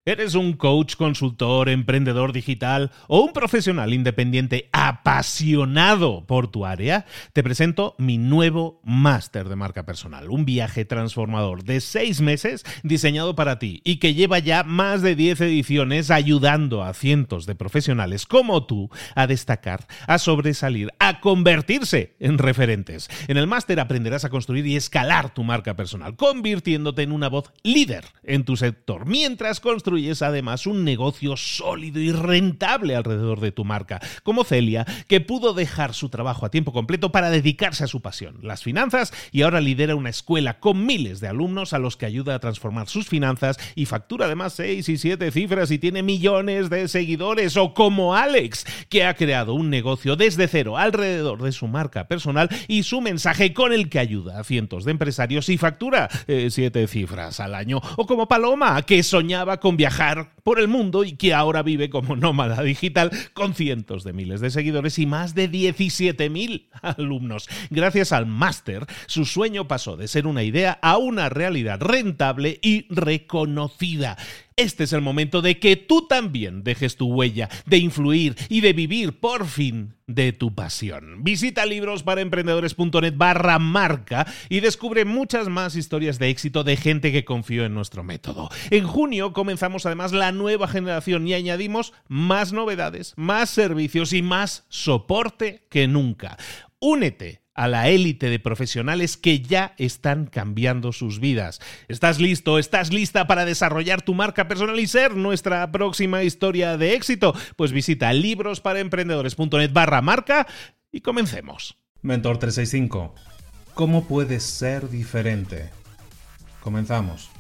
¿Eres un coach, consultor, emprendedor digital o un profesional independiente apasionado por tu área? Te presento mi nuevo máster de marca personal, un viaje transformador de 6 meses diseñado para ti y que lleva ya más de 10 ediciones ayudando a cientos de profesionales como tú a destacar, a sobresalir, a convertirse en referentes. En el máster aprenderás a construir y escalar tu marca personal, convirtiéndote en una voz líder en tu sector, mientras construyes además un negocio sólido y rentable alrededor de tu marca, como Celia, que pudo dejar su trabajo a tiempo completo para dedicarse a su pasión, las finanzas, y ahora lidera una escuela con miles de alumnos a los que ayuda a transformar sus finanzas y factura además 6 y 7 cifras y tiene millones de seguidores. O como Alex, que ha creado un negocio desde cero alrededor de su marca personal y su mensaje, con el que ayuda a cientos de empresarios y factura 7 cifras al año. O como Paloma, que soñaba con viajar por el mundo y que ahora vive como nómada digital con cientos de miles de seguidores y más de 17.000 alumnos. Gracias al máster, su sueño pasó de ser una idea a una realidad rentable y reconocida. Este es el momento de que tú también dejes tu huella, de influir y de vivir por fin de tu pasión. Visita librosparaemprendedores.net/marca y descubre muchas más historias de éxito de gente que confió en nuestro método. En junio comenzamos además la nueva generación y añadimos más novedades, más servicios y más soporte que nunca. Únete a la élite de profesionales que ya están cambiando sus vidas. ¿Estás listo? ¿Estás lista para desarrollar tu marca personal y ser nuestra próxima historia de éxito? Pues visita librosparaemprendedores.net/marca y comencemos. Mentor 365. ¿Cómo puedes ser diferente? Comenzamos.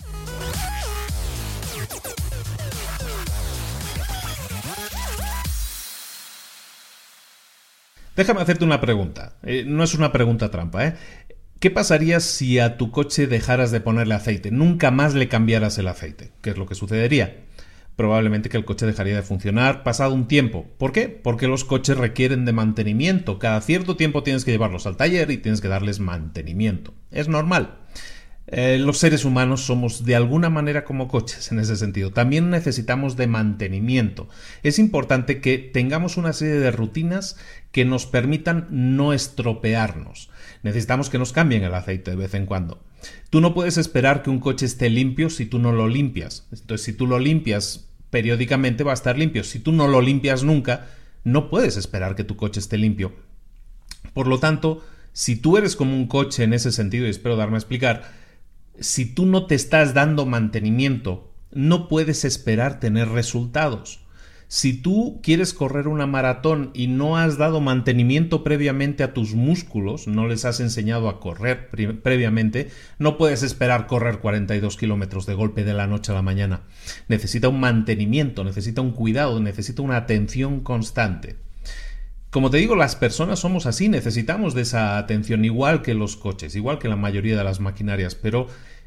Déjame hacerte una pregunta. No es una pregunta trampa, ¿eh? ¿Qué pasaría si a tu coche dejaras de ponerle aceite? Nunca más le cambiaras el aceite. ¿Qué es lo que sucedería? Probablemente que el coche dejaría de funcionar pasado un tiempo. ¿Por qué? Porque los coches requieren de mantenimiento. Cada cierto tiempo tienes que llevarlos al taller y tienes que darles mantenimiento. Es normal. Los seres humanos somos de alguna manera como coches en ese sentido. También necesitamos de mantenimiento. Es importante que tengamos una serie de rutinas que nos permitan no estropearnos. Necesitamos que nos cambien el aceite de vez en cuando. Tú no puedes esperar que un coche esté limpio si tú no lo limpias. Entonces, si tú lo limpias periódicamente, va a estar limpio. Si tú no lo limpias nunca, no puedes esperar que tu coche esté limpio. Por lo tanto, si tú eres como un coche en ese sentido, y espero darme a explicar, si tú no te estás dando mantenimiento, no puedes esperar tener resultados. Si tú quieres correr una maratón y no has dado mantenimiento previamente a tus músculos, no les has enseñado a correr previamente, no puedes esperar correr 42 kilómetros de golpe de la noche a la mañana. Necesita un mantenimiento, necesita un cuidado, necesita una atención constante. Como te digo, las personas somos así, necesitamos de esa atención, igual que los coches, igual que la mayoría de las maquinarias, pero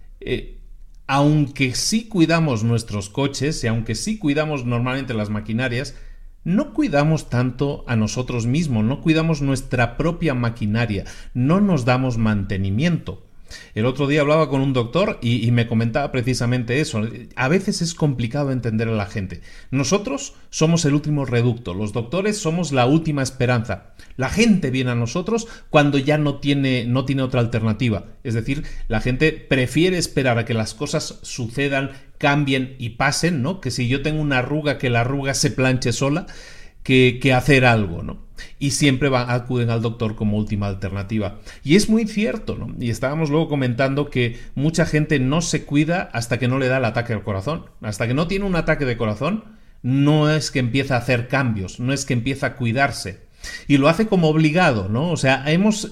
aunque sí cuidamos nuestros coches y aunque sí cuidamos normalmente las maquinarias, no cuidamos tanto a nosotros mismos, no cuidamos nuestra propia maquinaria, no nos damos mantenimiento. El otro día hablaba con un doctor y me comentaba precisamente eso. A veces es complicado entender a la gente. Nosotros somos el último reducto, los doctores somos la última esperanza. La gente viene a nosotros cuando ya no tiene otra alternativa. Es decir, la gente prefiere esperar a que las cosas sucedan, cambien y pasen, ¿no? Que si yo tengo una arruga, que la arruga se planche sola, que hacer algo, ¿no? Y siempre acuden al doctor como última alternativa. Y es muy cierto, ¿no? Y estábamos luego comentando que mucha gente no se cuida hasta que no le da el ataque al corazón. Hasta que no tiene un ataque de corazón, no es que empieza a hacer cambios, no es que empieza a cuidarse. Y lo hace como obligado, ¿no? O sea, hemos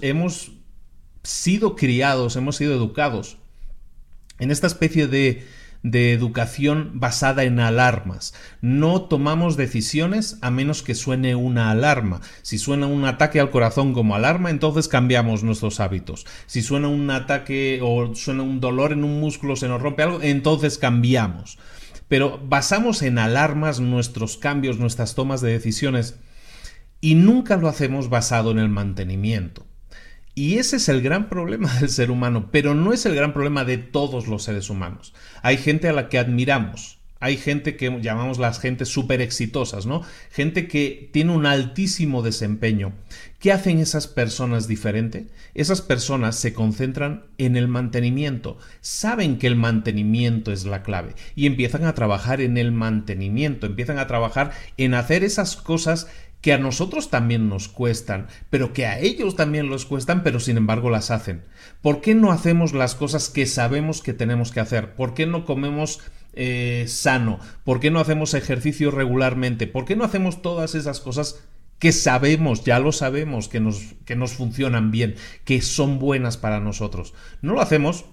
sido criados, hemos sido educados en esta especie de educación basada en alarmas. No tomamos decisiones a menos que suene una alarma. Si suena un ataque al corazón como alarma, entonces cambiamos nuestros hábitos. Si suena un ataque o suena un dolor en un músculo, se nos rompe algo, entonces cambiamos. Pero basamos en alarmas nuestros cambios, nuestras tomas de decisiones, y nunca lo hacemos basado en el mantenimiento. Y ese es el gran problema del ser humano, pero no es el gran problema de todos los seres humanos. Hay gente a la que admiramos, Hay gente que llamamos las gentes súper exitosas, ¿no? Gente que tiene un altísimo desempeño. ¿Qué hacen esas personas diferente? Esas personas se concentran en el mantenimiento. Saben que el mantenimiento es la clave y empiezan a trabajar en el mantenimiento. Empiezan a trabajar en hacer esas cosas que a nosotros también nos cuestan, pero que a ellos también les cuestan, pero sin embargo las hacen. ¿Por qué no hacemos las cosas que sabemos que tenemos que hacer? ¿Por qué no comemos sano? ¿Por qué no hacemos ejercicio regularmente? ¿Por qué no hacemos todas esas cosas que sabemos, ya lo sabemos, que nos funcionan bien, que son buenas para nosotros? No lo hacemos.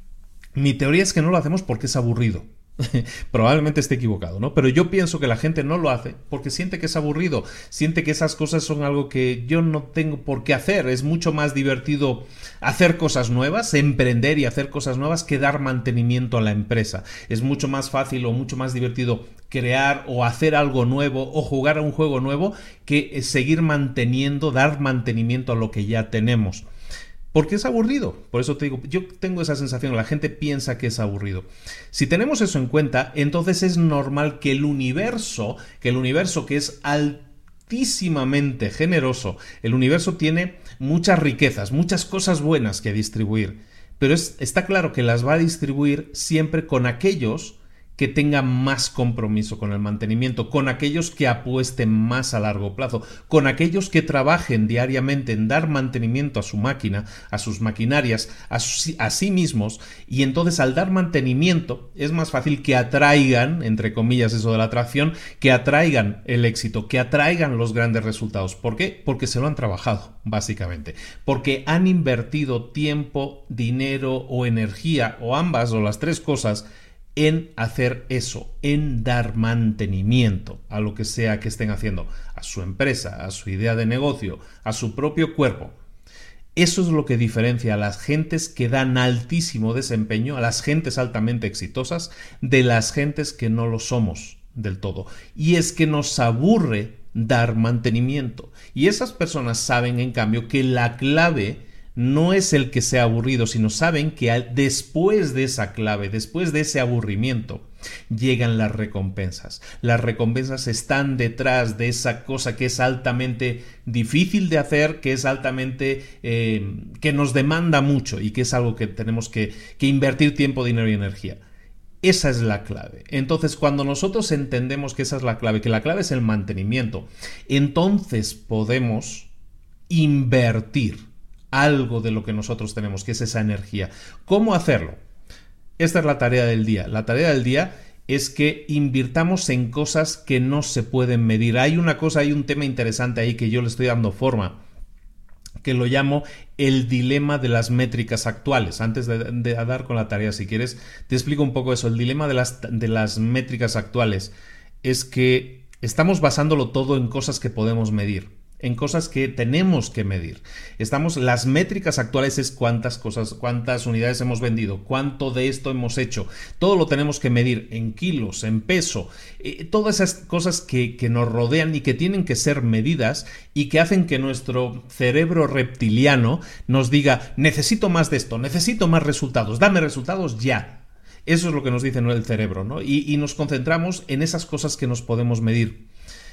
Mi teoría es que no lo hacemos porque es aburrido. Probablemente esté equivocado, ¿no? Pero yo pienso que la gente no lo hace porque siente que es aburrido, siente que esas cosas son algo que yo no tengo por qué hacer. Es mucho más divertido hacer cosas nuevas, emprender y hacer cosas nuevas que dar mantenimiento a la empresa. Es mucho más fácil o mucho más divertido crear o hacer algo nuevo o jugar a un juego nuevo que seguir manteniendo, dar mantenimiento a lo que ya tenemos. Porque es aburrido. Por eso te digo, yo tengo esa sensación, la gente piensa que es aburrido. Si tenemos eso en cuenta, entonces es normal que el universo que es altísimamente generoso, el universo tiene muchas riquezas, muchas cosas buenas que distribuir. Pero está claro que las va a distribuir siempre con aquellos que tengan más compromiso con el mantenimiento, con aquellos que apuesten más a largo plazo, con aquellos que trabajen diariamente en dar mantenimiento a su máquina, a sus maquinarias, a sí mismos, y entonces al dar mantenimiento es más fácil que atraigan, entre comillas eso de la atracción, que atraigan el éxito, que atraigan los grandes resultados. ¿Por qué? Porque se lo han trabajado, básicamente. Porque han invertido tiempo, dinero o energía, o ambas, o las tres cosas, en hacer eso, en dar mantenimiento a lo que sea que estén haciendo, a su empresa, a su idea de negocio, a su propio cuerpo. Eso es lo que diferencia a las gentes que dan altísimo desempeño, a las gentes altamente exitosas, de las gentes que no lo somos del todo. Y es que nos aburre dar mantenimiento. Y esas personas saben, en cambio, que la clave no es el que sea aburrido, sino saben que después de esa clave, después de ese aburrimiento, llegan las recompensas. Las recompensas están detrás de esa cosa que es altamente difícil de hacer, que es altamente que nos demanda mucho y que es algo que tenemos que invertir tiempo, dinero y energía. Esa es la clave. Entonces, cuando nosotros entendemos que esa es la clave, que la clave es el mantenimiento, entonces podemos invertir algo de lo que nosotros tenemos, que es esa energía. ¿Cómo hacerlo? Esta es la tarea del día. La tarea del día es que invirtamos en cosas que no se pueden medir. Hay un tema interesante ahí que yo le estoy dando forma, que lo llamo el dilema de las métricas actuales. Antes de dar con la tarea, si quieres, te explico un poco eso. El dilema de las métricas actuales es que estamos basándolo todo en cosas que podemos medir, en cosas que tenemos que medir. Las métricas actuales es cuántas unidades hemos vendido, cuánto de esto hemos hecho. Todo lo tenemos que medir en kilos, en peso, todas esas cosas que nos rodean y que tienen que ser medidas y que hacen que nuestro cerebro reptiliano nos diga: necesito más de esto, necesito más resultados, dame resultados ya. Eso es lo que nos dice el cerebro, ¿no? Y nos concentramos en esas cosas que nos podemos medir.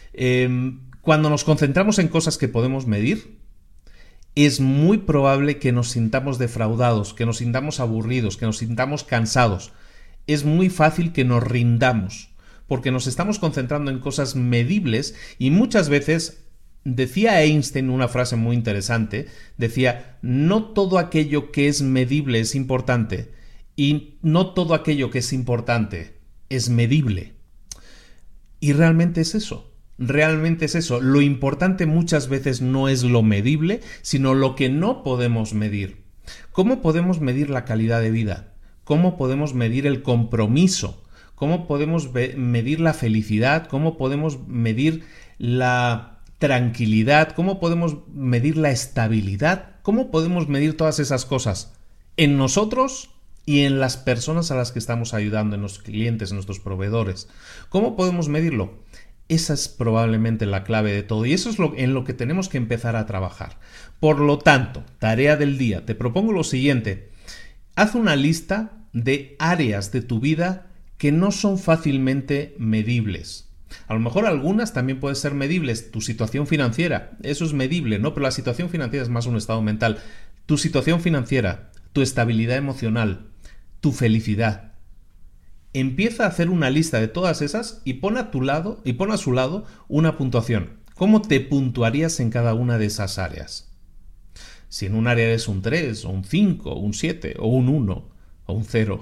Cuando nos concentramos en cosas que podemos medir, es muy probable que nos sintamos defraudados, que nos sintamos aburridos, que nos sintamos cansados. Es muy fácil que nos rindamos, porque nos estamos concentrando en cosas medibles y muchas veces, decía Einstein una frase muy interesante, decía: no todo aquello que es medible es importante y no todo aquello que es importante es medible. Y realmente es eso. Realmente es eso. Lo importante muchas veces no es lo medible, sino lo que no podemos medir. ¿Cómo podemos medir la calidad de vida? ¿Cómo podemos medir el compromiso? ¿Cómo podemos medir la felicidad? ¿Cómo podemos medir la tranquilidad? ¿Cómo podemos medir la estabilidad? ¿Cómo podemos medir todas esas cosas? En nosotros y en las personas a las que estamos ayudando, en los clientes, en nuestros proveedores. ¿Cómo podemos medirlo? Esa es probablemente la clave de todo y eso es en lo que tenemos que empezar a trabajar. Por lo tanto, tarea del día, te propongo lo siguiente: haz una lista de áreas de tu vida que no son fácilmente medibles. A lo mejor algunas también pueden ser medibles. Tu situación financiera, eso es medible, ¿no? Pero la situación financiera es más un estado mental. Tu situación financiera, tu estabilidad emocional, tu felicidad. Empieza a hacer una lista de todas esas y pon a su lado una puntuación. ¿Cómo te puntuarías en cada una de esas áreas? Si en un área eres un 3, o un 5, o un 7, o un 1, o un 0...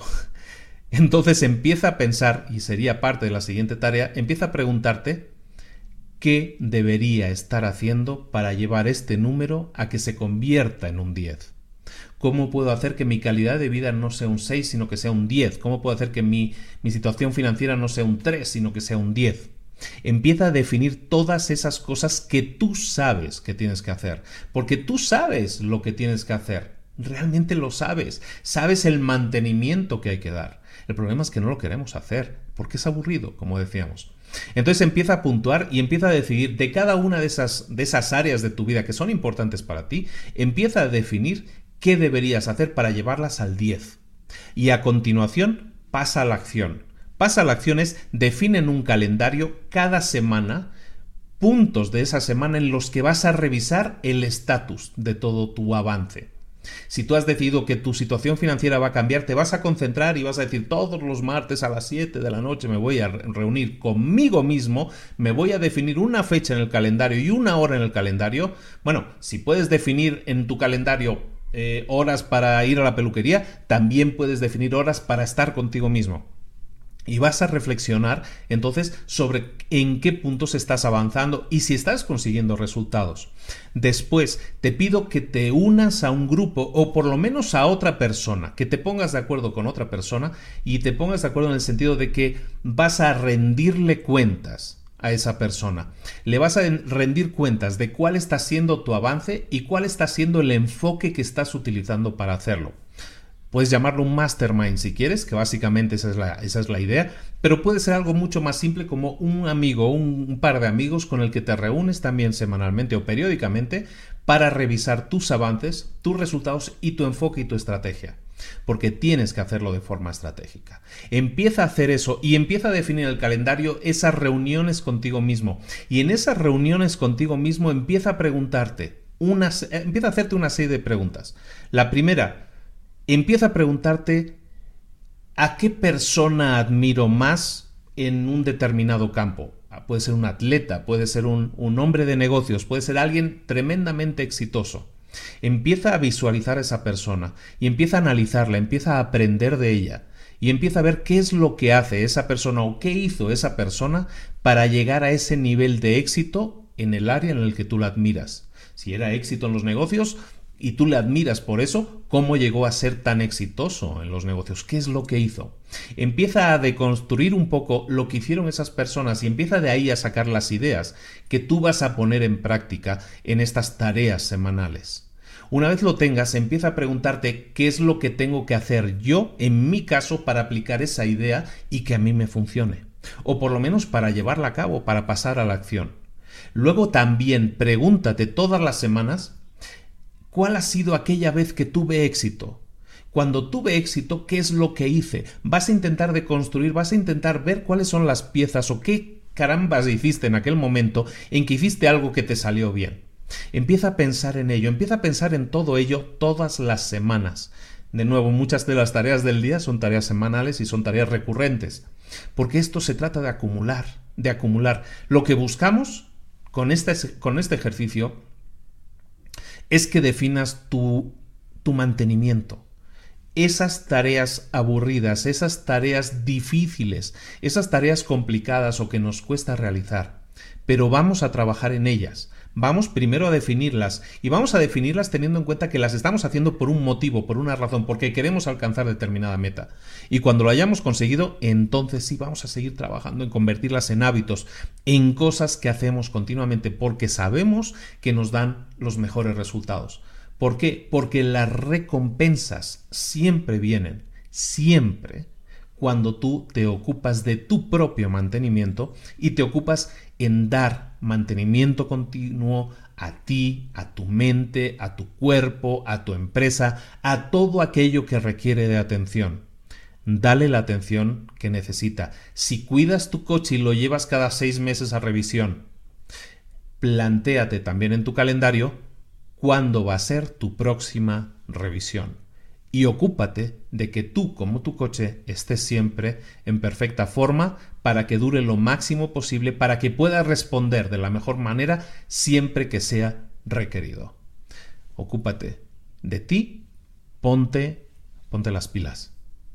Entonces empieza a pensar, y sería parte de la siguiente tarea, empieza a preguntarte qué debería estar haciendo para llevar este número a que se convierta en un 10. ¿Cómo puedo hacer que mi calidad de vida no sea un 6, sino que sea un 10? ¿Cómo puedo hacer que mi situación financiera no sea un 3, sino que sea un 10? Empieza a definir todas esas cosas que tú sabes que tienes que hacer, porque tú sabes lo que tienes que hacer, realmente lo sabes, sabes el mantenimiento que hay que dar. El problema es que no lo queremos hacer, porque es aburrido, como decíamos. Entonces empieza a puntuar y empieza a decidir de cada una de esas áreas de tu vida que son importantes para ti, empieza a definir qué deberías hacer para llevarlas al 10. Y a continuación pasa a la acción. Pasa a la acción es define en un calendario cada semana puntos de esa semana en los que vas a revisar el estatus de todo tu avance. Si tú has decidido que tu situación financiera va a cambiar, te vas a concentrar y vas a decir todos los martes a las 7 de la noche me voy a reunir conmigo mismo, me voy a definir una fecha en el calendario y una hora en el calendario. Bueno, si puedes definir en tu calendario horas para ir a la peluquería, también puedes definir horas para estar contigo mismo. Y vas a reflexionar entonces sobre en qué puntos estás avanzando y si estás consiguiendo resultados. Después te pido que te unas a un grupo o por lo menos a otra persona, que te pongas de acuerdo con otra persona y te pongas de acuerdo en el sentido de que vas a rendirle cuentas a esa persona. Le vas a rendir cuentas de cuál está siendo tu avance y cuál está siendo el enfoque que estás utilizando para hacerlo. Puedes llamarlo un mastermind si quieres, que básicamente esa es la idea, pero puede ser algo mucho más simple como un amigo, un par de amigos con el que te reúnes también semanalmente o periódicamente para revisar tus avances, tus resultados y tu enfoque y tu estrategia. Porque tienes que hacerlo de forma estratégica. Empieza a hacer eso y empieza a definir en el calendario esas reuniones contigo mismo. Y en esas reuniones contigo mismo empieza a empieza a hacerte una serie de preguntas. La primera, empieza a preguntarte ¿a qué persona admiro más en un determinado campo? Puede ser un atleta, puede ser un hombre de negocios, puede ser alguien tremendamente exitoso. Empieza a visualizar a esa persona y empieza a analizarla, empieza a aprender de ella y empieza a ver qué es lo que hace esa persona o qué hizo esa persona para llegar a ese nivel de éxito en el área en el que tú la admiras. Si era éxito en los negocios y tú le admiras por eso, ¿cómo llegó a ser tan exitoso en los negocios? ¿Qué es lo que hizo? Empieza a deconstruir un poco lo que hicieron esas personas y empieza de ahí a sacar las ideas que tú vas a poner en práctica en estas tareas semanales. Una vez lo tengas, empieza a preguntarte qué es lo que tengo que hacer yo, en mi caso, para aplicar esa idea y que a mí me funcione. O por lo menos para llevarla a cabo, para pasar a la acción. Luego también pregúntate todas las semanas ¿cuál ha sido aquella vez que tuve éxito? Cuando tuve éxito, ¿qué es lo que hice? Vas a intentar deconstruir, vas a intentar ver cuáles son las piezas o qué carambas hiciste en aquel momento en que hiciste algo que te salió bien. Empieza a pensar en ello, empieza a pensar en todo ello todas las semanas. De nuevo, muchas de las tareas del día son tareas semanales y son tareas recurrentes, porque esto se trata de acumular, de acumular. Lo que buscamos con este ejercicio es que definas tu mantenimiento. Esas tareas aburridas, esas tareas difíciles, esas tareas complicadas o que nos cuesta realizar. Pero vamos a trabajar en ellas. Vamos primero a definirlas y vamos a definirlas teniendo en cuenta que las estamos haciendo por un motivo, por una razón, porque queremos alcanzar determinada meta. Y cuando lo hayamos conseguido, entonces sí vamos a seguir trabajando en convertirlas en hábitos, en cosas que hacemos continuamente porque sabemos que nos dan los mejores resultados. ¿Por qué? Porque las recompensas siempre vienen, siempre, cuando tú te ocupas de tu propio mantenimiento y te ocupas en dar mantenimiento continuo a ti, a tu mente, a tu cuerpo, a tu empresa, a todo aquello que requiere de atención. dale la atención que necesita. Si cuidas tu coche y lo llevas cada 6 meses a revisión, plantéate también en tu calendario cuándo va a ser tu próxima revisión. Y ocúpate de que tú, como tu coche, estés siempre en perfecta forma para que dure lo máximo posible, para que pueda responder de la mejor manera siempre que sea requerido. Ocúpate de ti, ponte las pilas.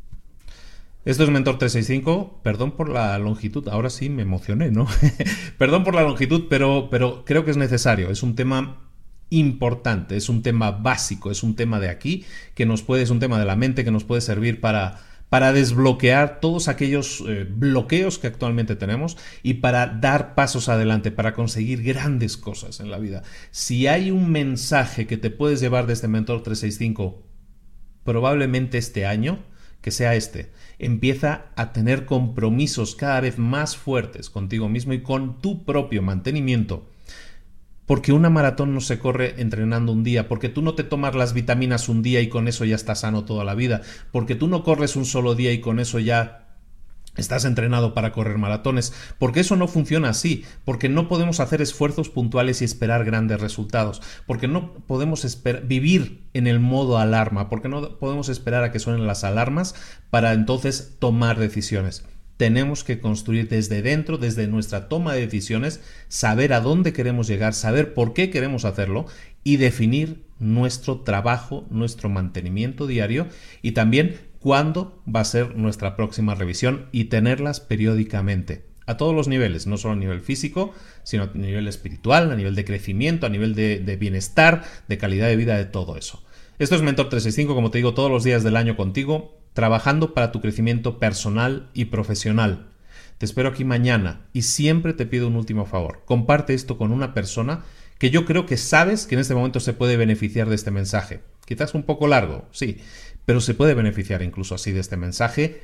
Esto es Mentor 365, perdón por la longitud, ahora sí me emocioné, ¿no? Perdón por la longitud, pero creo que es necesario, es un tema importante, es un tema básico, es un tema de aquí, es un tema de la mente que nos puede servir para desbloquear todos aquellos bloqueos que actualmente tenemos y para dar pasos adelante, para conseguir grandes cosas en la vida. Si hay un mensaje que te puedes llevar de este Mentor 365, probablemente este año, que sea este. Empieza a tener compromisos cada vez más fuertes contigo mismo y con tu propio mantenimiento. Porque una maratón no se corre entrenando un día, porque tú no te tomas las vitaminas un día y con eso ya estás sano toda la vida, porque tú no corres un solo día y con eso ya estás entrenado para correr maratones, porque eso no funciona así, porque no podemos hacer esfuerzos puntuales y esperar grandes resultados, porque no podemos vivir en el modo alarma, porque no podemos esperar a que suenen las alarmas para entonces tomar decisiones. Tenemos que construir desde dentro, desde nuestra toma de decisiones, saber a dónde queremos llegar, saber por qué queremos hacerlo y definir nuestro trabajo, nuestro mantenimiento diario y también cuándo va a ser nuestra próxima revisión y tenerlas periódicamente. A todos los niveles, no solo a nivel físico, sino a nivel espiritual, a nivel de crecimiento, a nivel de bienestar, de calidad de vida, de todo eso. Esto es Mentor 365, como te digo, todos los días del año contigo, trabajando para tu crecimiento personal y profesional. Te espero aquí mañana y siempre te pido un último favor. Comparte esto con una persona que yo creo que sabes que en este momento se puede beneficiar de este mensaje. Quizás un poco largo, sí, pero se puede beneficiar incluso así de este mensaje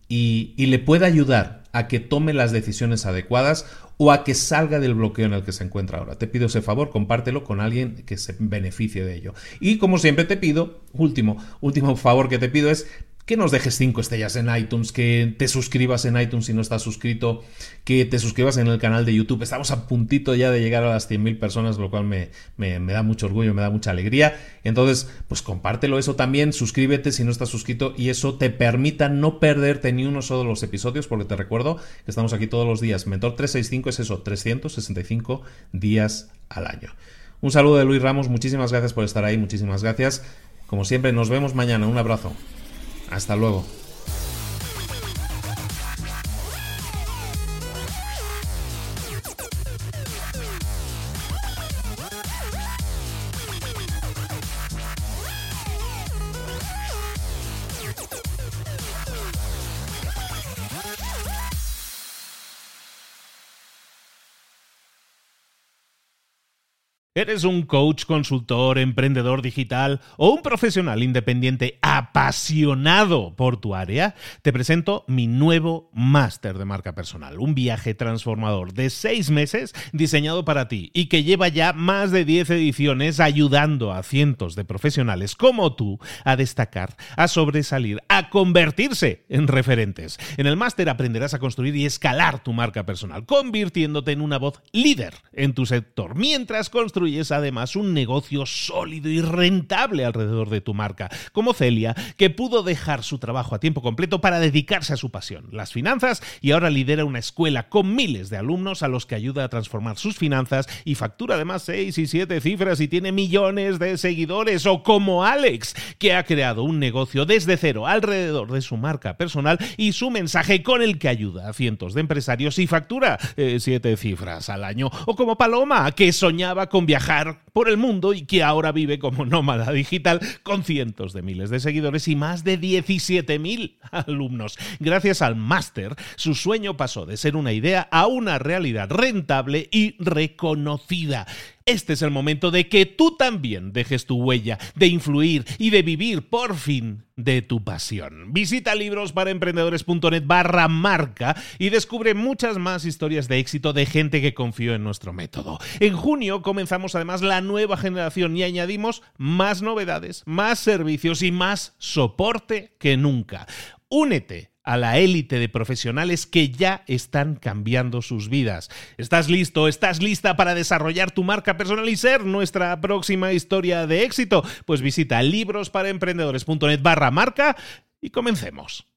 y le puede ayudar a que tome las decisiones adecuadas o a que salga del bloqueo en el que se encuentra ahora. Te pido ese favor, compártelo con alguien que se beneficie de ello. Y como siempre te pido, último favor que te pido es que nos dejes 5 estrellas en iTunes, que te suscribas en iTunes si no estás suscrito, que te suscribas en el canal de YouTube. Estamos a puntito ya de llegar a las 100.000 personas, lo cual me da mucho orgullo, me da mucha alegría. Entonces, pues compártelo eso también, suscríbete si no estás suscrito y eso te permita no perderte ni uno solo de los episodios, porque te recuerdo que estamos aquí todos los días. Mentor 365 es eso, 365 días al año. Un saludo de Luis Ramos, muchísimas gracias por estar ahí, muchísimas gracias. Como siempre, nos vemos mañana, un abrazo. Hasta luego. ¿Eres un coach, consultor, emprendedor digital o un profesional independiente apasionado por tu área? Te presento mi nuevo máster de marca personal, un viaje transformador de 6 meses diseñado para ti y que lleva ya más de 10 ediciones ayudando a cientos de profesionales como tú a destacar, a sobresalir, a convertirse en referentes. En el máster aprenderás a construir y escalar tu marca personal, convirtiéndote en una voz líder en tu sector, mientras construyes además un negocio sólido y rentable alrededor de tu marca, como Celia, que pudo dejar su trabajo a tiempo completo para dedicarse a su pasión, las finanzas, y ahora lidera una escuela con miles de alumnos a los que ayuda a transformar sus finanzas y factura además 6 y 7 cifras y tiene millones de seguidores, o como Alex, que ha creado un negocio desde cero alrededor de su marca personal y su mensaje con el que ayuda a cientos de empresarios y factura 7 cifras al año, o como Paloma, que soñaba con viajar por el mundo y que ahora vive como nómada digital con cientos de miles de seguidores y más de 17.000 alumnos. Gracias al máster, su sueño pasó de ser una idea a una realidad rentable y reconocida. Este es el momento de que tú también dejes tu huella, de influir y de vivir por fin de tu pasión. Visita librosparaemprendedores.net/marca y descubre muchas más historias de éxito de gente que confió en nuestro método. En junio comenzamos además la nueva generación y añadimos más novedades, más servicios y más soporte que nunca. Únete a la élite de profesionales que ya están cambiando sus vidas. ¿Estás listo? ¿Estás lista para desarrollar tu marca personal y ser nuestra próxima historia de éxito? Pues visita librosparaemprendedores.net/marca y comencemos.